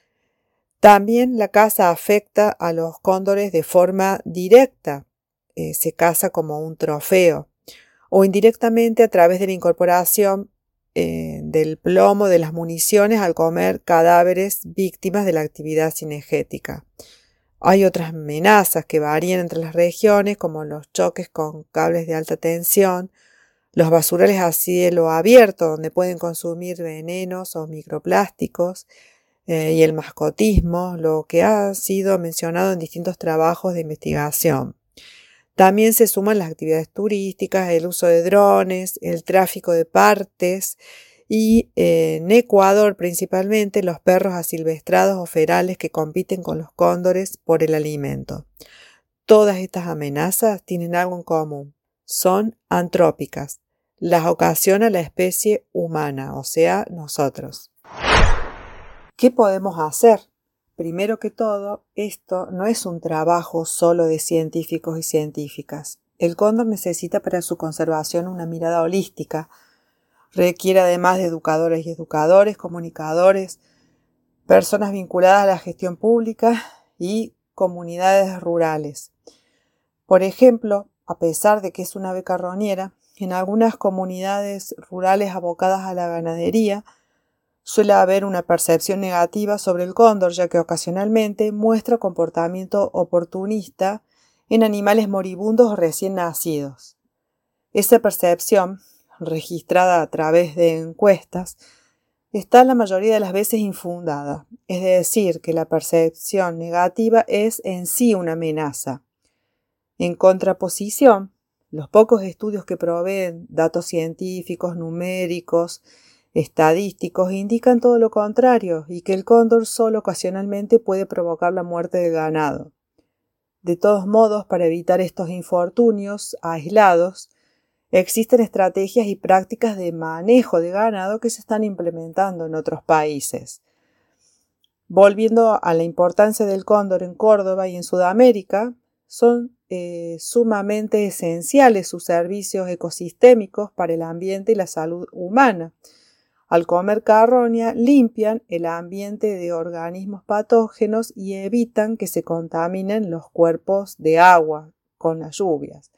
También la caza afecta a los cóndores de forma directa, se caza como un trofeo, o indirectamente a través de la incorporación del plomo de las municiones al comer cadáveres víctimas de la actividad cinegética. Hay otras amenazas que varían entre las regiones, como los choques con cables de alta tensión, los basurales a cielo abierto, donde pueden consumir venenos o microplásticos, y el mascotismo, lo que ha sido mencionado en distintos trabajos de investigación. También se suman las actividades turísticas, el uso de drones, el tráfico de partes y en Ecuador principalmente los perros asilvestrados o ferales que compiten con los cóndores por el alimento. Todas estas amenazas tienen algo en común, son antrópicas, las ocasiona la especie humana, o sea, nosotros. ¿Qué podemos hacer? Primero que todo, esto no es un trabajo solo de científicos y científicas. El cóndor necesita para su conservación una mirada holística. Requiere además de educadoras y educadores, comunicadores, personas vinculadas a la gestión pública y comunidades rurales. Por ejemplo, a pesar de que es una ave carroñera, en algunas comunidades rurales abocadas a la ganadería, suele haber una percepción negativa sobre el cóndor, ya que ocasionalmente muestra comportamiento oportunista en animales moribundos o recién nacidos. Esa percepción, registrada a través de encuestas, está la mayoría de las veces infundada, es decir, que la percepción negativa es en sí una amenaza. En contraposición, los pocos estudios que proveen datos científicos, numéricos, estadísticos indican todo lo contrario y que el cóndor solo ocasionalmente puede provocar la muerte del ganado. De todos modos, para evitar estos infortunios aislados, existen estrategias y prácticas de manejo de ganado que se están implementando en otros países. Volviendo a la importancia del cóndor en Córdoba y en Sudamérica, son sumamente esenciales sus servicios ecosistémicos para el ambiente y la salud humana. Al comer carroña, limpian el ambiente de organismos patógenos y evitan que se contaminen los cuerpos de agua con las lluvias.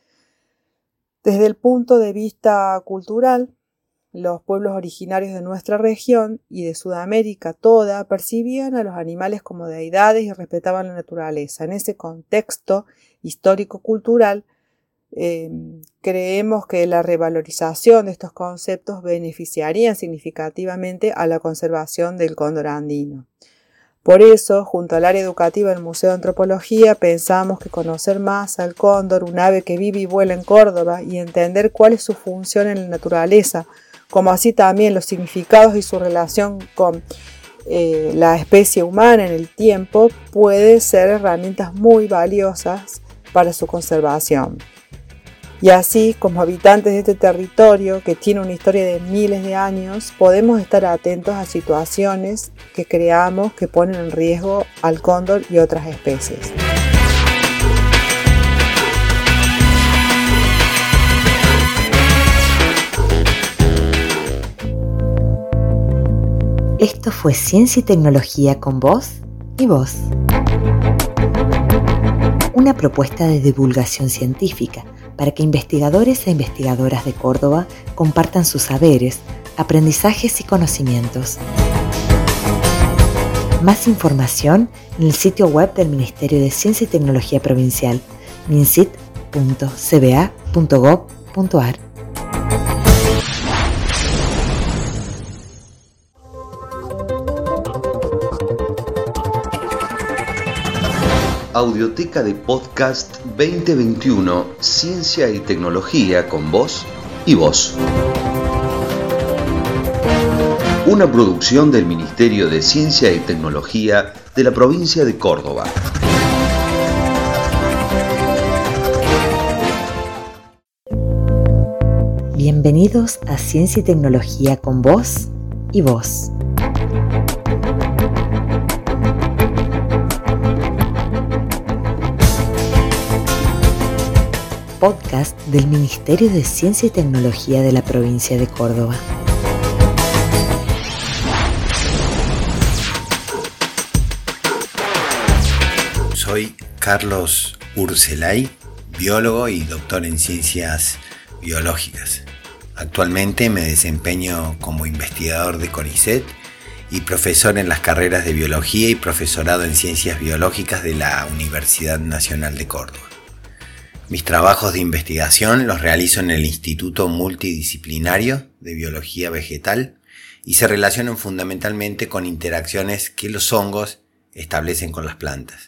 Desde el punto de vista cultural, los pueblos originarios de nuestra región y de Sudamérica toda percibían a los animales como deidades y respetaban la naturaleza. En ese contexto histórico-cultural, creemos que la revalorización de estos conceptos beneficiaría significativamente a la conservación del cóndor andino. Por eso, junto al área educativa del Museo de Antropología, pensamos que conocer más al cóndor, un ave que vive y vuela en Córdoba, y entender cuál es su función en la naturaleza, como así también los significados y su relación con la especie humana en el tiempo puede ser herramientas muy valiosas para su conservación. Y así, como habitantes de este territorio que tiene una historia de miles de años, podemos estar atentos a situaciones que creamos que ponen en riesgo al cóndor y otras especies. Esto fue Ciencia y Tecnología con vos y vos. Una propuesta de divulgación científica para que investigadores e investigadoras de Córdoba compartan sus saberes, aprendizajes y conocimientos. Más información en el sitio web del Ministerio de Ciencia y Tecnología Provincial, mincit.cba.gov.ar. Audioteca de Podcast 2021, Ciencia y Tecnología con vos y vos. Una producción del Ministerio de Ciencia y Tecnología de la provincia de Córdoba. Bienvenidos a Ciencia y Tecnología con vos y vos. Podcast del Ministerio de Ciencia y Tecnología de la provincia de Córdoba. Soy Carlos Urselay, biólogo y doctor en ciencias biológicas. Actualmente me desempeño como investigador de CONICET y profesor en las carreras de biología y profesorado en ciencias biológicas de la Universidad Nacional de Córdoba. Mis trabajos de investigación los realizo en el Instituto Multidisciplinario de Biología Vegetal y se relacionan fundamentalmente con interacciones que los hongos establecen con las plantas.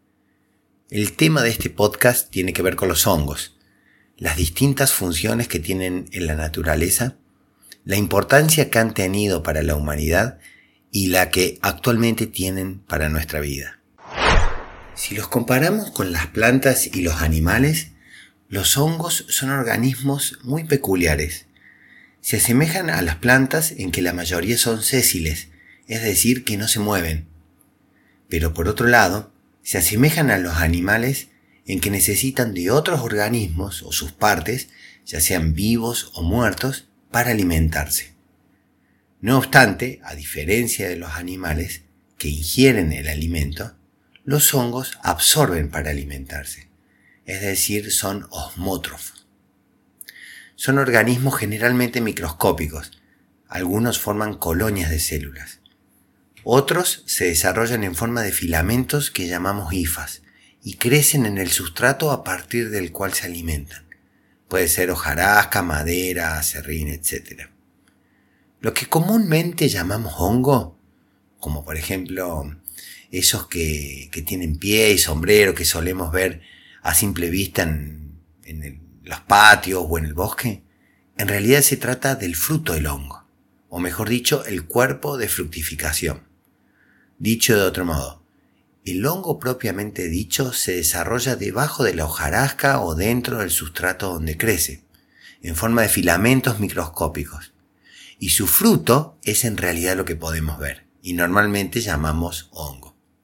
El tema de este podcast tiene que ver con los hongos, las distintas funciones que tienen en la naturaleza, la importancia que han tenido para la humanidad y la que actualmente tienen para nuestra vida. Si los comparamos con las plantas y los animales, los hongos son organismos muy peculiares. Se asemejan a las plantas en que la mayoría son sésiles, es decir, que no se mueven. Pero por otro lado, se asemejan a los animales en que necesitan de otros organismos o sus partes, ya sean vivos o muertos, para alimentarse. No obstante, a diferencia de los animales que ingieren el alimento, los hongos absorben para alimentarse, es decir, son osmótrofos. Son organismos generalmente microscópicos, algunos forman colonias de células. Otros se desarrollan en forma de filamentos que llamamos hifas y crecen en el sustrato a partir del cual se alimentan. Puede ser hojarasca, madera, acerrín, etc. Lo que comúnmente llamamos hongo, como por ejemplo esos que tienen pie y sombrero que solemos ver a simple vista en los patios o en el bosque, en realidad se trata del fruto del hongo, o mejor dicho, el cuerpo de fructificación. Dicho de otro modo, el hongo propiamente dicho se desarrolla debajo de la hojarasca o dentro del sustrato donde crece, en forma de filamentos microscópicos, y su fruto es en realidad lo que podemos ver, y normalmente llamamos hongo.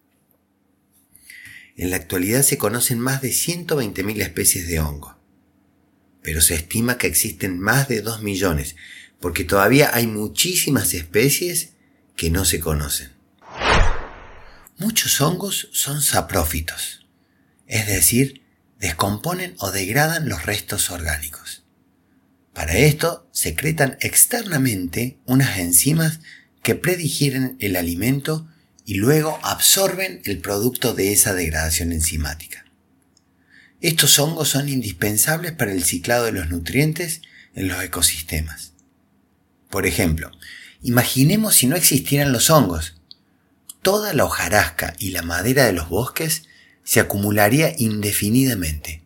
En la actualidad se conocen más de 120.000 especies de hongo, pero se estima que existen más de 2 millones, porque todavía hay muchísimas especies que no se conocen. Muchos hongos son saprófitos, es decir, descomponen o degradan los restos orgánicos. Para esto secretan externamente unas enzimas que predigieren el alimento y luego absorben el producto de esa degradación enzimática. Estos hongos son indispensables para el ciclado de los nutrientes en los ecosistemas. Por ejemplo, imaginemos si no existieran los hongos. Toda la hojarasca y la madera de los bosques se acumularía indefinidamente.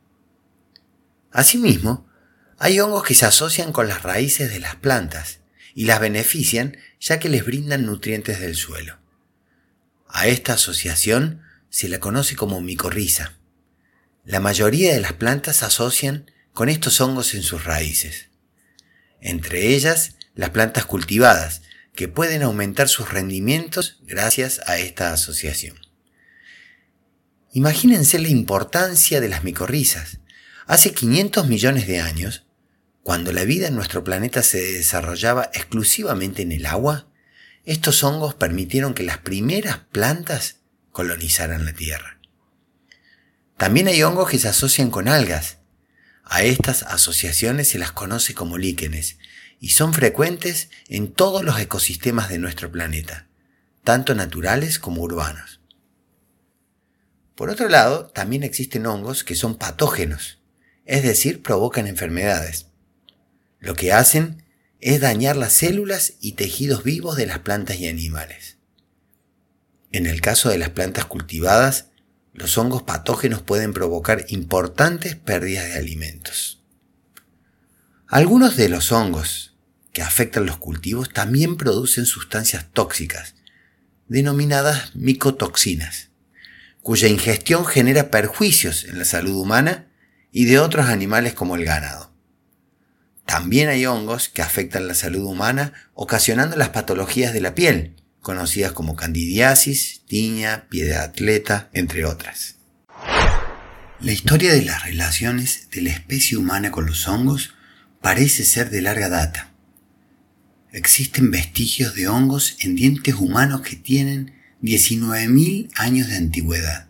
Asimismo, hay hongos que se asocian con las raíces de las plantas y las benefician ya que les brindan nutrientes del suelo. A esta asociación se la conoce como micorriza. La mayoría de las plantas se asocian con estos hongos en sus raíces. Entre ellas, las plantas cultivadas, que pueden aumentar sus rendimientos gracias a esta asociación. Imagínense la importancia de las micorrizas. Hace 500 millones de años, cuando la vida en nuestro planeta se desarrollaba exclusivamente en el agua, estos hongos permitieron que las primeras plantas colonizaran la Tierra. También hay hongos que se asocian con algas. A estas asociaciones se las conoce como líquenes y son frecuentes en todos los ecosistemas de nuestro planeta, tanto naturales como urbanos. Por otro lado, también existen hongos que son patógenos, es decir, provocan enfermedades. Lo que hacen es dañar las células y tejidos vivos de las plantas y animales. En el caso de las plantas cultivadas, los hongos patógenos pueden provocar importantes pérdidas de alimentos. Algunos de los hongos que afectan los cultivos también producen sustancias tóxicas, denominadas micotoxinas, cuya ingestión genera perjuicios en la salud humana y de otros animales como el ganado. También hay hongos que afectan la salud humana ocasionando las patologías de la piel, conocidas como candidiasis, tiña, pie de atleta, entre otras. La historia de las relaciones de la especie humana con los hongos parece ser de larga data. Existen vestigios de hongos en dientes humanos que tienen 19.000 años de antigüedad.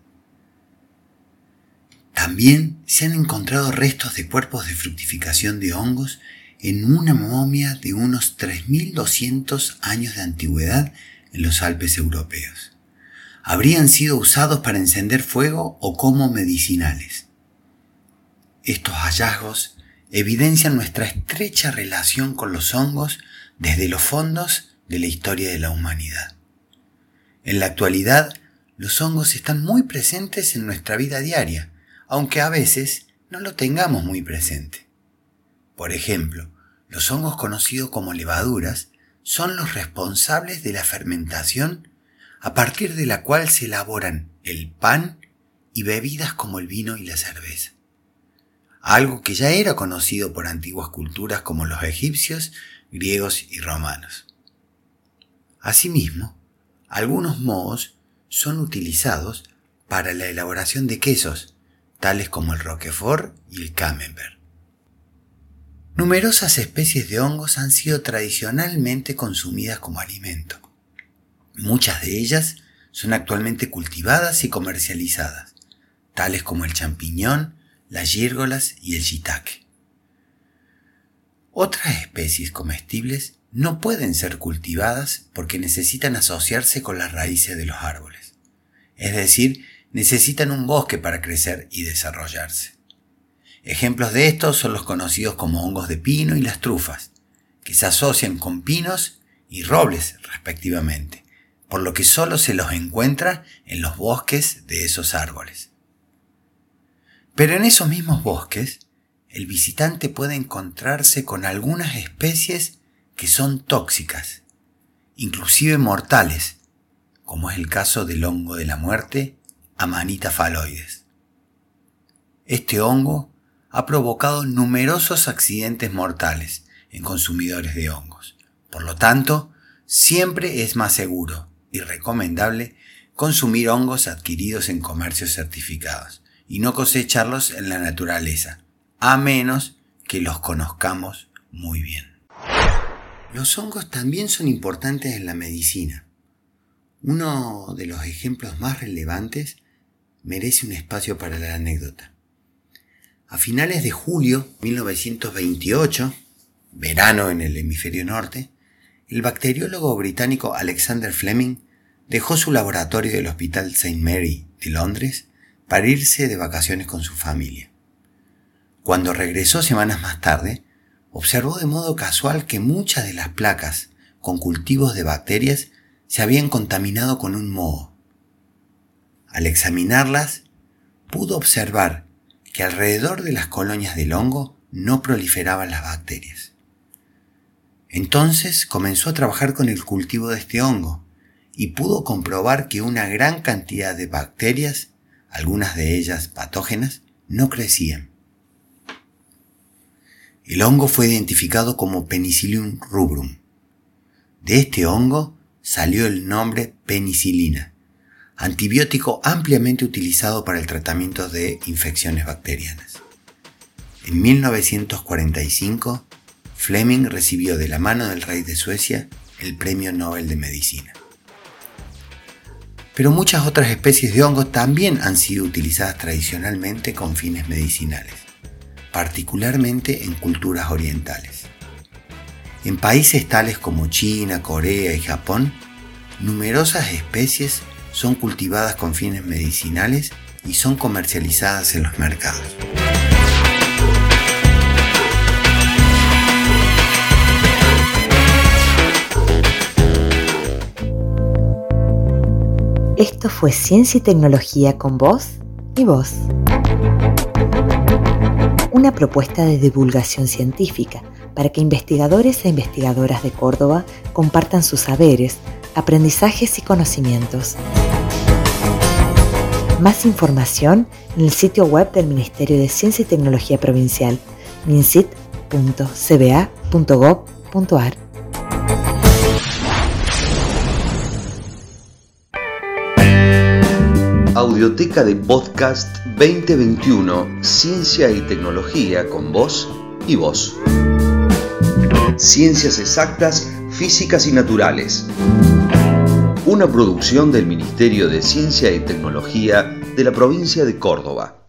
También se han encontrado restos de cuerpos de fructificación de hongos en una momia de unos 3.200 años de antigüedad en los Alpes europeos. Habrían sido usados para encender fuego o como medicinales. Estos hallazgos evidencian nuestra estrecha relación con los hongos desde los fondos de la historia de la humanidad. En la actualidad, los hongos están muy presentes en nuestra vida diaria, aunque a veces no lo tengamos muy presente. Por ejemplo, los hongos conocidos como levaduras son los responsables de la fermentación a partir de la cual se elaboran el pan y bebidas como el vino y la cerveza. Algo que ya era conocido por antiguas culturas como los egipcios, griegos y romanos. Asimismo, algunos mohos son utilizados para la elaboración de quesos, tales como el Roquefort y el Camembert. Numerosas especies de hongos han sido tradicionalmente consumidas como alimento. Muchas de ellas son actualmente cultivadas y comercializadas, tales como el champiñón, las gírgolas y el shiitake. Otras especies comestibles no pueden ser cultivadas porque necesitan asociarse con las raíces de los árboles, es decir, necesitan un bosque para crecer y desarrollarse. Ejemplos de estos son los conocidos como hongos de pino y las trufas, que se asocian con pinos y robles respectivamente, por lo que solo se los encuentra en los bosques de esos árboles. Pero en esos mismos bosques, el visitante puede encontrarse con algunas especies que son tóxicas, inclusive mortales, como es el caso del hongo de la muerte, Amanita phalloides. Este hongo ha provocado numerosos accidentes mortales en consumidores de hongos. Por lo tanto, siempre es más seguro y recomendable consumir hongos adquiridos en comercios certificados y no cosecharlos en la naturaleza, a menos que los conozcamos muy bien. Los hongos también son importantes en la medicina. Uno de los ejemplos más relevantes merece un espacio para la anécdota. A finales de julio de 1928, verano en el hemisferio norte, el bacteriólogo británico Alexander Fleming dejó su laboratorio del Hospital St. Mary de Londres para irse de vacaciones con su familia. Cuando regresó semanas más tarde, observó de modo casual que muchas de las placas con cultivos de bacterias se habían contaminado con un moho. Al examinarlas, pudo observar que alrededor de las colonias del hongo no proliferaban las bacterias. Entonces comenzó a trabajar con el cultivo de este hongo y pudo comprobar que una gran cantidad de bacterias, algunas de ellas patógenas, no crecían. El hongo fue identificado como Penicillium rubrum. De este hongo salió el nombre penicilina, antibiótico ampliamente utilizado para el tratamiento de infecciones bacterianas. En 1945, Fleming recibió de la mano del rey de Suecia el Premio Nobel de Medicina. Pero muchas otras especies de hongos también han sido utilizadas tradicionalmente con fines medicinales, particularmente en culturas orientales. En países tales como China, Corea y Japón, numerosas especies son cultivadas con fines medicinales y son comercializadas en los mercados. Esto fue Ciencia y Tecnología con Voz y Voz. Una propuesta de divulgación científica para que investigadores e investigadoras de Córdoba compartan sus saberes, aprendizajes y conocimientos. Más información en el sitio web del Ministerio de Ciencia y Tecnología Provincial, mincit.cba.gov.ar. Audioteca de Podcast 2021, Ciencia y Tecnología con Voz y Voz. Ciencias exactas, físicas y naturales. Una producción del Ministerio de Ciencia y Tecnología de la provincia de Córdoba.